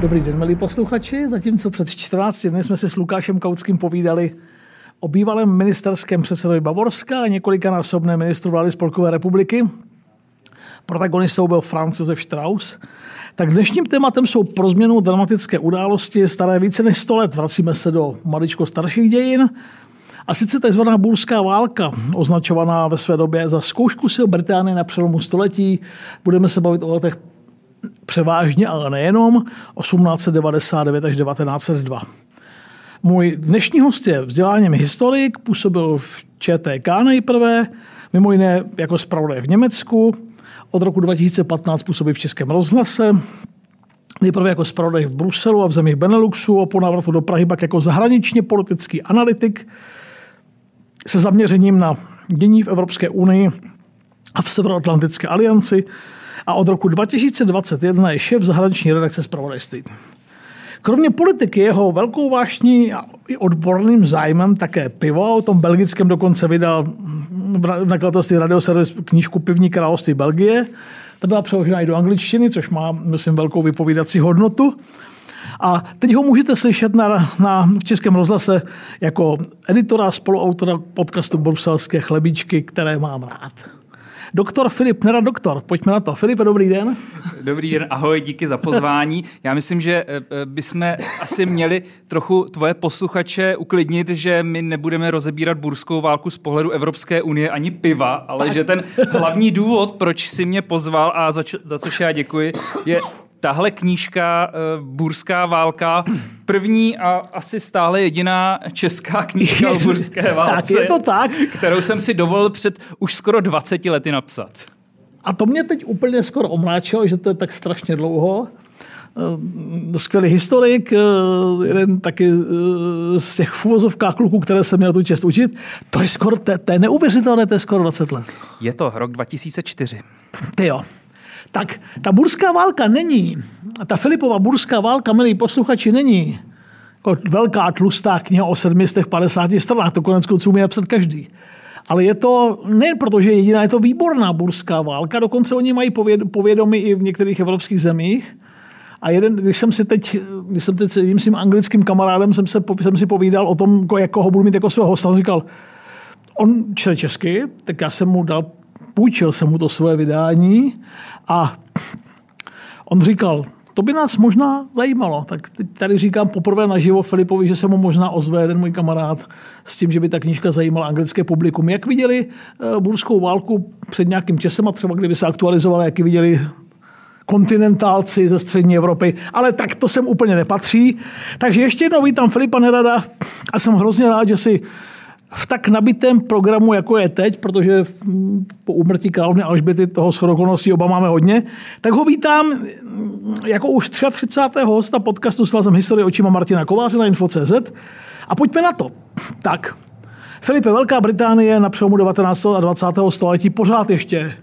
Dobrý den, milí posluchači. Zatímco před 14 dny jsme si s Lukášem Kautským povídali o bývalém ministerském předsedovi Bavorska a několikanásobném ministru vlády Spolkové republiky. Protagonistou byl Franz Josef Strauss. Tak dnešním tématem jsou pro změnu dramatické události staré více než 100 let. Vracíme se do maličko starších dějin. A sice tzv. Burská válka, označovaná ve své době za zkoušku sil Británie na přelomu století. Budeme se bavit o letech převážně, ale nejenom, 1899 až 1902. Můj dnešní host je vzděláním historik, působil v ČTK nejprve, mimo jiné jako zpravodaj v Německu. Od roku 2015 působí v Českém rozhlase, nejprve jako zpravodaj v Bruselu a v zemích Beneluxu a po návratu do Prahy pak jako zahraničně politický analytik se zaměřením na dění v Evropské unii a v Severoatlantické alianci a od roku 2021 je šéf zahraniční redakce zpravodajství. Kromě politiky jeho velkou vášní a i odborným zájmem také pivo. O tom belgickém dokonce vydal v nakladatelství Radioservis knížku Pivní království Belgie. Ta byla přeložena i do angličtiny, což má, myslím, velkou vypovídací hodnotu. A teď ho můžete slyšet v Českém rozhlase jako editora a spoluautora podcastu Bruselské chlebíčky, které mám rád. Doktor Filip Nerad, doktor. Pojďme na to. Filipe, dobrý den. Dobrý den, ahoj, díky za pozvání. Já myslím, že bychom asi měli trochu tvoje posluchače uklidnit, že my nebudeme rozebírat burskou válku z pohledu Evropské unie ani piva, ale tak. Že ten hlavní důvod, proč jsi mě pozval a za což já děkuji, je tahle knížka Burská válka, první a asi stále jediná česká knížka o burské válce, tak je to tak, kterou jsem si dovolil před už skoro 20 lety napsat. A to mě teď úplně skoro omráčilo, že to je tak strašně dlouho. Skvělý historik, jeden taky z těch v uvozovkách kluků, které jsem měl tu čest učit. To je skoro, to je neuvěřitelné, to je skoro 20 let. Je to rok 2004. Ty jo. Tak ta burská válka není, ta Filipova burská válka, milí posluchači, není jako velká tlustá kniha o 750 stranách, to konec konců může napsat každý. Ale je to, nejen proto, že jediná, je to výborná burská válka, dokonce oni mají povědomí i v některých evropských zemích. A když jsem teď s jedním svým anglickým kamarádem jsem si povídal o tom, jak ho budu mít jako svého hosta, říkal, on čte česky, tak já jsem mu půjčil jsem mu to svoje vydání a on říkal, to by nás možná zajímalo. Tak tady říkám poprvé naživo Filipovi, že se mu možná ozve jeden můj kamarád s tím, že by ta knížka zajímala anglické publikum. Jak viděli burskou válku před nějakým časem a třeba kdyby se aktualizovala, jak ji viděli kontinentálci ze střední Evropy, ale tak to sem úplně nepatří. Takže ještě jednou vítám Filipa Nerada a jsem hrozně rád, že si v tak nabitém programu, jako je teď, protože po úmrtí královny Alžběty toho shodou okolností oba máme hodně, tak ho vítám jako už 33. hosta podcastu s názvem Historie očima Martina Kováře na Info.cz. A pojďme na to. Tak, Filipe, Velká Británie na přelomu 19. a 20. století pořád ještě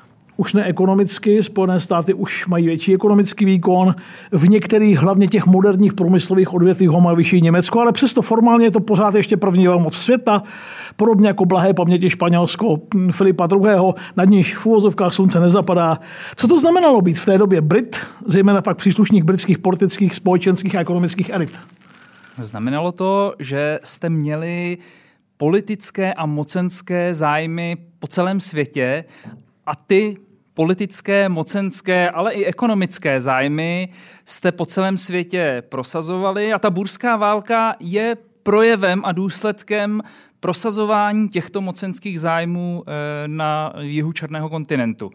už ne ekonomicky, Spojené státy už mají větší ekonomický výkon, v některých hlavně těch moderních průmyslových odvětvích ho má vyšší Německo, ale přesto formálně je to pořád ještě první velmoc světa, podobně jako blahé paměti Španělsko Filipa II., nad níž v uvozovkách slunce nezapadá. Co to znamenalo být v té době Brit, zejména pak příslušník britských politických, společenských a ekonomických elit? Znamenalo to, že jste měli politické a mocenské zájmy po celém světě a ty politické, mocenské, ale i ekonomické zájmy jste po celém světě prosazovali a ta burská válka je projevem a důsledkem prosazování těchto mocenských zájmů na jihu Černého kontinentu.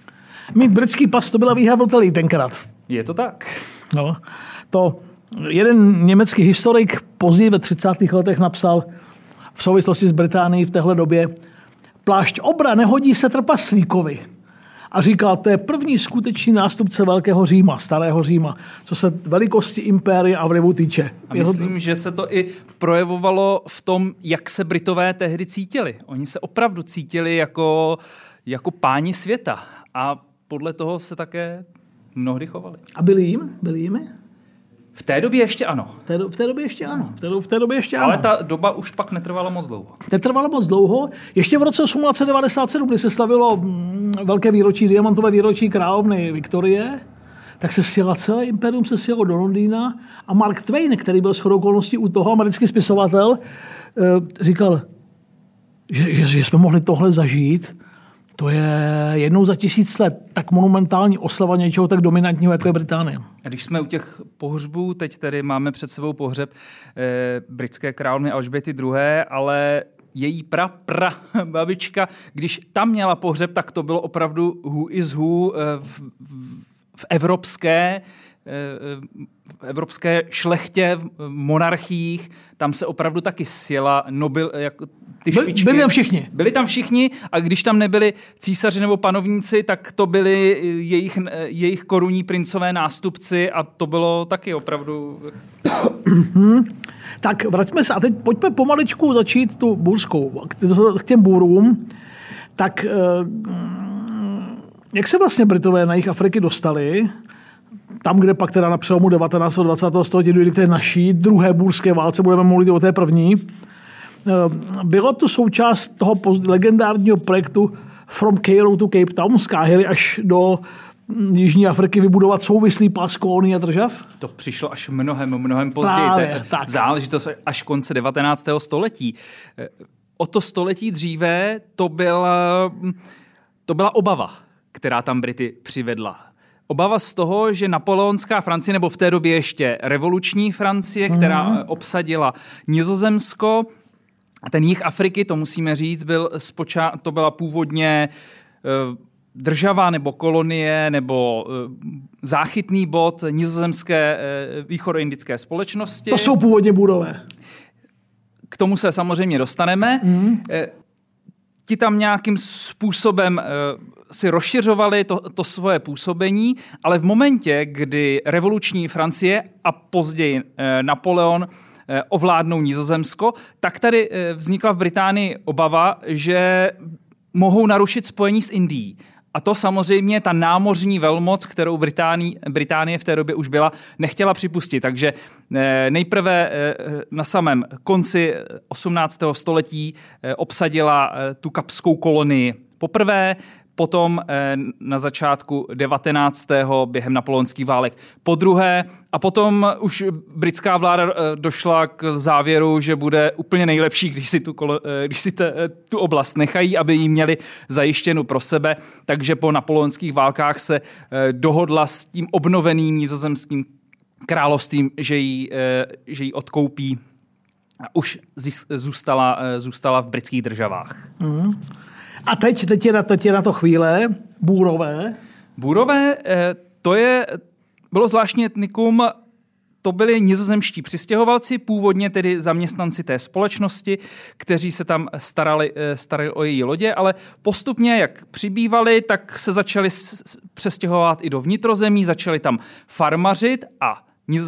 Mít britský pas, to byla výhra vltelý tenkrát. Je to tak. No, to jeden německý historik později ve 30. letech napsal v souvislosti s Británií v téhle době: plášť obra nehodí se trpaslíkovi. A říkal, to je první skutečný nástupce Velkého Říma, Starého Říma, co se velikosti impéria a vlivu týče. A myslím, že se to i projevovalo v tom, jak se Britové tehdy cítili. Oni se opravdu cítili jako páni světa. A podle toho se také mnohdy chovali. A byli jimi? V té době ještě ano. V té době ještě ano. Ale ta doba už pak netrvala moc dlouho. Netrvala moc dlouho. Ještě v roce 1897, kdy se slavilo velké výročí, diamantové výročí královny Viktorie, tak se sjela celé impérium, se sjelo do Londýna a Mark Twain, který byl shodou okolností u toho, americký spisovatel, říkal, že jsme mohli tohle zažít. To je jednou za 1000 let tak monumentální oslava něčeho tak dominantního, jako je Británie. A když jsme u těch pohřbů, teď tady máme před sebou pohřeb britské královny Alžběty II., ale její babička, když tam měla pohřeb, tak to bylo opravdu who is who v evropské šlechtě, v monarchiích. Tam se opravdu taky sjela jako ty špičky. Byli tam všichni. Byli tam všichni a když tam nebyli císaři nebo panovníci, tak to byli jejich korunní princové nástupci a to bylo taky opravdu... Tak vraťme se a teď pojďme pomaličku začít tu bůrskou. K těm bůrům. Tak jak se vlastně Britové na jih Afriky dostali? Tam, kde pak teda na přelomu 19. a 20. století dojde k té naší druhé bůrské válce, budeme mluvit o té první. Bylo to součást toho legendárního projektu From Cairo to Cape Town, z Káhiry až do Jižní Afriky vybudovat souvislý pás kolonií a držav? To přišlo až mnohem později. Právě, záležitost až konce 19. století. O to století dříve to byla obava, která tam Brity přivedla. Obava z toho, že napoleonská Francie, nebo v té době ještě revoluční Francie, která obsadila Nizozemsko, a ten jih Afriky, to musíme říct, to byla původně država nebo kolonie nebo záchytný bod nizozemské východoindické společnosti. To jsou původně Bůrové. K tomu se samozřejmě dostaneme. Ti tam nějakým způsobem si rozšiřovali to svoje působení, ale v momentě, kdy revoluční Francie a později Napoleon ovládnou Nizozemsko, tak tady vznikla v Británii obava, že mohou narušit spojení s Indií. A to samozřejmě ta námořní velmoc, kterou Británie v té době už byla, nechtěla připustit. Takže nejprve na samém konci 18. století obsadila tu kapskou kolonii poprvé, potom na začátku 19. během napoleonských válek podruhé a potom už britská vláda došla k závěru, že bude úplně nejlepší, když si tu oblast nechají, aby ji měli zajištěnu pro sebe. Takže po napoleonských válkách se dohodla s tím obnoveným nizozemským královstvím, že ji odkoupí a už zůstala v britských državách. A teď je na to chvíle. Bůrové. Bůrové, bylo zvláštní etnikum, to byli nizozemští přistěhovalci, původně tedy zaměstnanci té společnosti, kteří se tam starali o její lodě, ale postupně, jak přibývali, tak se začali přestěhovat i do vnitrozemí, začali tam farmařit a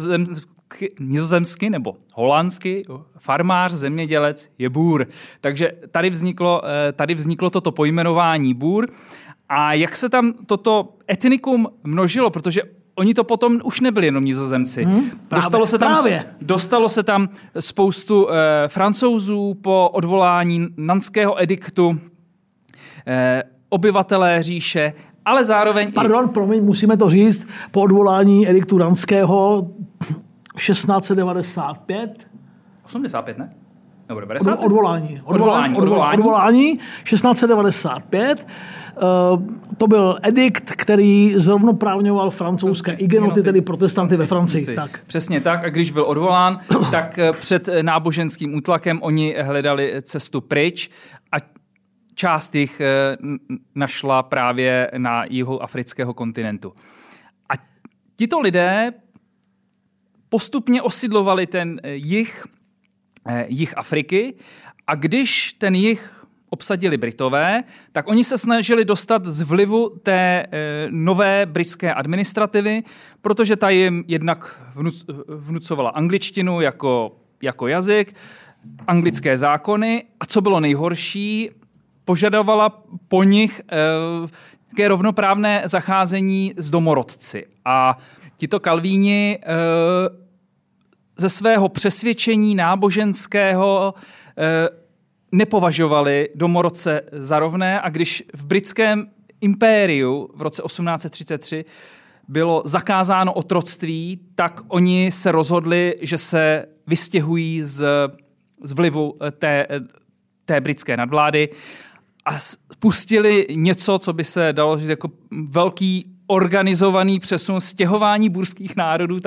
nizozemsky nebo holandsky farmář, zemědělec je bůr. Takže tady vzniklo toto pojmenování bůr. A jak se tam toto etnikum množilo, protože oni to potom už nebyli jenom Nizozemci. Dostalo se tam spoustu Francouzů po odvolání Nantského ediktu, obyvatelé říše, ale zároveň... Promiň, musíme to říct, po odvolání ediktu Nantského 1695. 85, ne? Nebo 90? Odvolání 1695. To byl edikt, který zrovnoprávňoval francouzské igenoty, tedy protestanty ve Francii. Tak. Přesně tak. A když byl odvolán, tak před náboženským útlakem oni hledali cestu pryč a část jich našla právě na jihu afrického kontinentu. A tito lidé postupně osidlovali ten jih Afriky a když ten jih obsadili Britové, tak oni se snažili dostat z vlivu té nové britské administrativy, protože ta jim jednak vnucovala angličtinu jako jazyk, anglické zákony a co bylo nejhorší, požadovala po nich také rovnoprávné zacházení s domorodci. A tito Kalvíni ze svého přesvědčení náboženského nepovažovali domorodce za rovné a když v britském impériu v roce 1833 bylo zakázáno otroctví, tak oni se rozhodli, že se vystěhují z vlivu té britské nadvlády a pustili něco, co by se dalo říct jako velký organizovaný přesun, stěhování burských národů,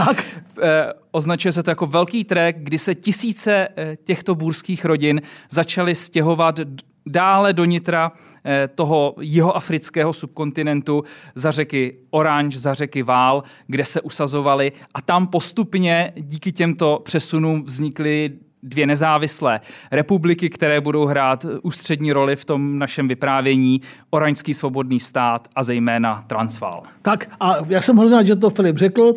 označuje se to jako velký trek, kdy se tisíce těchto burských rodin začaly stěhovat dále do nitra toho jihoafrického subkontinentu za řeky Orange, za řeky Vaal, kde se usazovali a tam postupně díky těmto přesunům vznikly dvě nezávislé republiky, které budou hrát ústřední roli v tom našem vyprávění, Oranžský svobodný stát a zejména Transvaal. Tak a jak jsem hrozně rád, že to Filip řekl,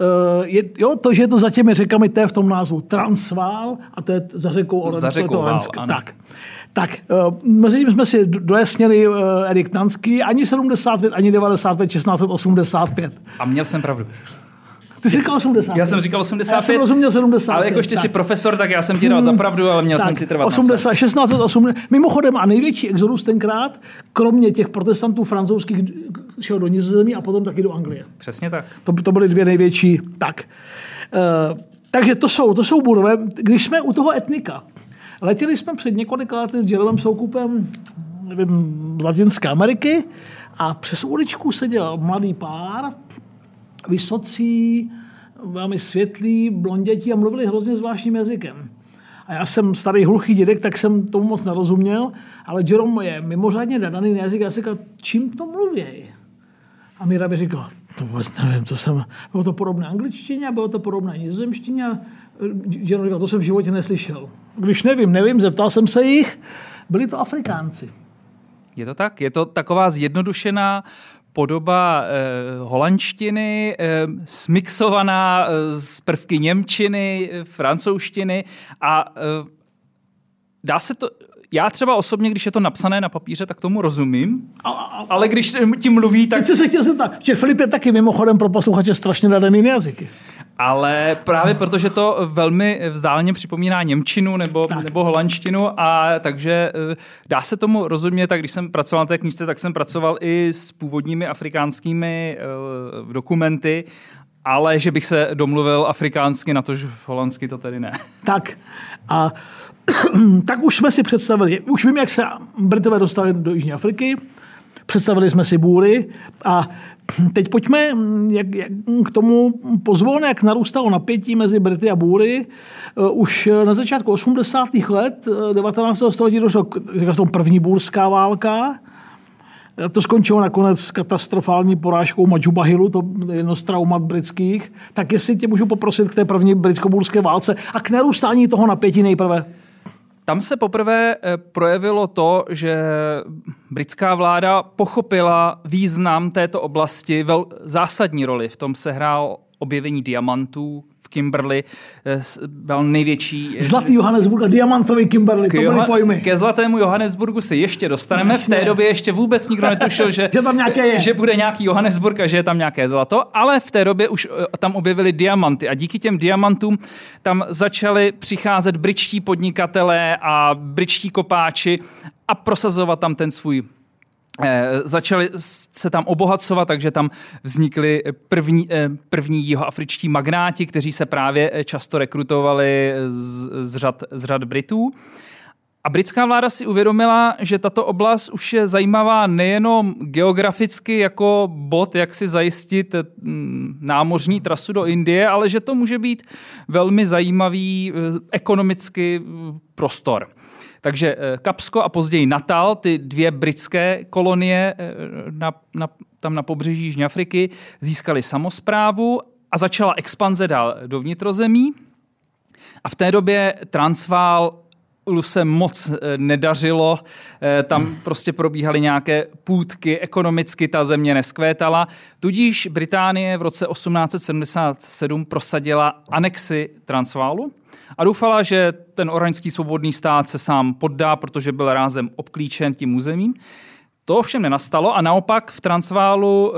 to, že je to za těmi řekami, to je v tom názvu Transvaal a to je za řekou Oranž. Tak, mezi tím jsme si dojasnili Erik Nanský, ani 75, ani 95, 1685. A měl jsem pravdu. Ty jsi říkal 80. Já jsem říkal 85. Já jsem rozuměl 70. Ale jako ještě si profesor, tak já jsem ti dal za pravdu, ale měl jsem si trvat 80, na 1680. Mimochodem a největší exodus tenkrát, kromě těch protestantů francouzských, šel do Nizozemí a potom taky do Anglie. Přesně tak. To byly dvě největší. Tak. Takže to jsou Burové. Když jsme u toho etnika, letěli jsme před několika lety s Děrovým soukupem, nevím, z Latinské Ameriky a přes uličku seděl mladý pár, vysocí, velmi světlí, blondětí a mluvili hrozně zvláštním jazykem. A já jsem starý hluchý dědek, tak jsem tomu moc nerozuměl, ale Jerome je mimořádně nadaný na jazyk. Já si říkal, čím to mluví? A Míra mi říkala, to vůbec nevím, bylo to podobné angličtině, bylo to podobné nizozemštině a Jerome říkal, to jsem v životě neslyšel. Když nevím, zeptal jsem se jich, byli to Afrikánci. Je to tak? Je to taková zjednodušená podoba holandštiny, smixovaná z prvky němčiny, francouzštiny a dá se to... Já třeba osobně, když je to napsané na papíře, tak tomu rozumím, ale když tím mluví, tak... Teď se chtěl zeptat, že Filip je taky mimochodem pro posluchače strašně nadaný jazyky. Ale právě protože to velmi vzdáleně připomíná němčinu nebo holandštinu a takže dá se tomu rozumět, tak když jsem pracoval na té knížce, tak jsem pracoval i s původními afrikánskými dokumenty, ale že bych se domluvil afrikánsky, na to, že holandsky to tedy ne. Tak už jsme si představili, už vím, jak se Britové dostali do Jižní Afriky, představili jsme si Bůry a teď pojďme k tomu pozvolně, jak narůstalo napětí mezi Brity a Bůry. Už na začátku 80. let 19. století došlo k první bůrská válka. To skončilo nakonec katastrofální porážkou Madžubahilu, to je jedno z traumat britských. Tak jestli tě můžu poprosit k té první britsko-bůrské válce a k narůstání toho napětí nejprve. Tam se poprvé projevilo to, že britská vláda pochopila význam této oblasti, zásadní roli. V tom se hrál objevení diamantů v Kimberley, byl největší... Zlatý Johannesburg a diamantový Kimberley, to byly pojmy. Ke zlatému Johannesburgu se ještě dostaneme. Jasně. V té době ještě vůbec nikdo netušil, že bude nějaký Johannesburg a že je tam nějaké zlato, ale v té době už tam objevili diamanty a díky těm diamantům tam začali přicházet britští podnikatelé a britští kopáči a prosazovat tam ten svůj... Začali se tam obohacovat, takže tam vznikli první jihoafričtí magnáti, kteří se právě často rekrutovali z řad Britů. A britská vláda si uvědomila, že tato oblast už je zajímavá nejenom geograficky jako bod, jak si zajistit námořní trasu do Indie, ale že to může být velmi zajímavý ekonomický prostor. Takže Kapsko a později Natal, ty dvě britské kolonie tam na pobřeží Jižní Afriky, získaly samosprávu a začala expanze dál do vnitrozemí. A v té době Transvaal se moc nedařilo, tam prostě probíhaly nějaké půtky, ekonomicky ta země neskvétala. Tudíž Británie v roce 1877 prosadila anexi Transvaalu a doufala, že ten Oranžský svobodný stát se sám poddá, protože byl rázem obklíčen tím územím. To ovšem nenastalo a naopak v Transvaalu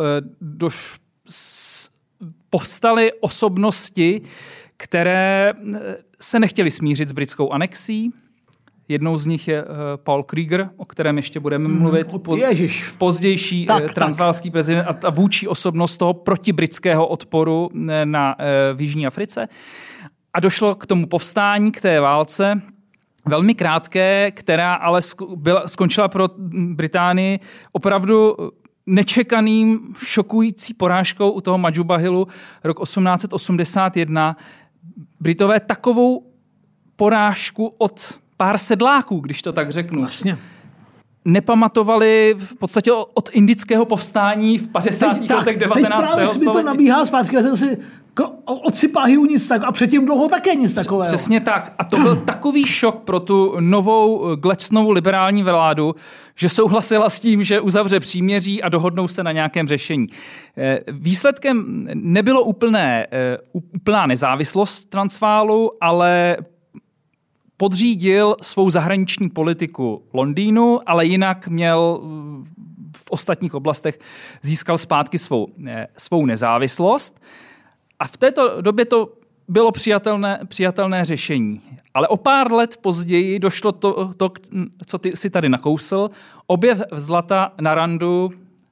povstaly osobnosti, které se nechtěly smířit s britskou anexí. Jednou z nich je Paul Krieger, o kterém ještě budeme mluvit. Pozdější transválský prezident a vůdčí osobnost toho protibritského odporu v Jižní Africe. A došlo k tomu povstání, k té válce, velmi krátké, která ale skončila pro Británii opravdu nečekaným, šokující porážkou u toho Madžuba Hillu rok 1881. Britové takovou porážku od pár sedláků, když to tak řeknu. Vlastně. Nepamatovali v podstatě od indického povstání v 50. letech 19. Teď právě mi to nabíhá zpátky, že si od Sipahiu nic tak a předtím dlouho také nic takového. Přesně tak. A to byl takový šok pro tu novou Gladstonovu liberální vládu, že souhlasila s tím, že uzavře příměří a dohodnou se na nějakém řešení. Výsledkem nebylo úplná nezávislost Transvaalu, ale podřídil svou zahraniční politiku Londýnu, ale jinak měl v ostatních oblastech získal zpátky svou nezávislost. A v této době to bylo přijatelné řešení. Ale o pár let později došlo to, co ty si tady nakousl. Objev zlata na Randu,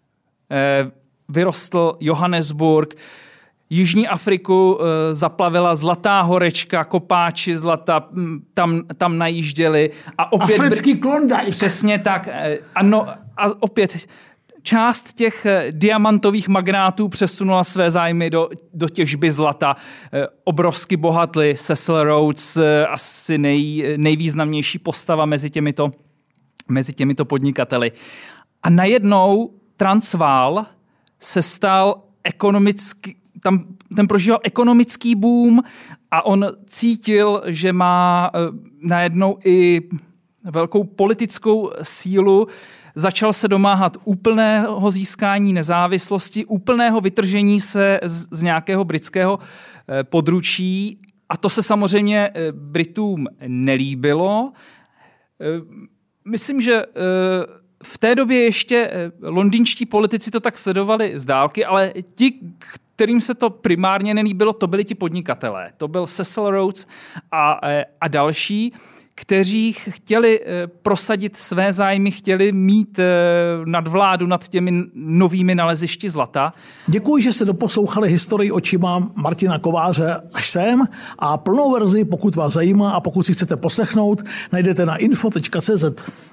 vyrostl Johannesburg, Jižní Afriku zaplavila zlatá horečka, kopáči zlata tam najížděli. A opět africký Klondike. Přesně tak. Ano, a opět část těch diamantových magnátů přesunula své zájmy do těžby zlata. Obrovsky bohatli. Cecil Rhodes, asi nejvýznamnější postava mezi těmito podnikateli. A najednou Transvaal se stal ekonomicky, ten prožíval ekonomický boom a on cítil, že má najednou i velkou politickou sílu. Začal se domáhat úplného získání nezávislosti, úplného vytržení se z nějakého britského područí a to se samozřejmě Britům nelíbilo. Myslím, že v té době ještě londýnští politici to tak sledovali z dálky, ale ti, kterým se to primárně nelíbilo, to byli ti podnikatelé. To byl Cecil Rhodes a další, kteří chtěli prosadit své zájmy, chtěli mít nadvládu nad těmi novými nalezišti zlata. Děkuji, že jste doposlouchali historii očima Martina Kováře až sem a plnou verzi, pokud vás zajímá a pokud si chcete poslechnout, najdete na info.cz.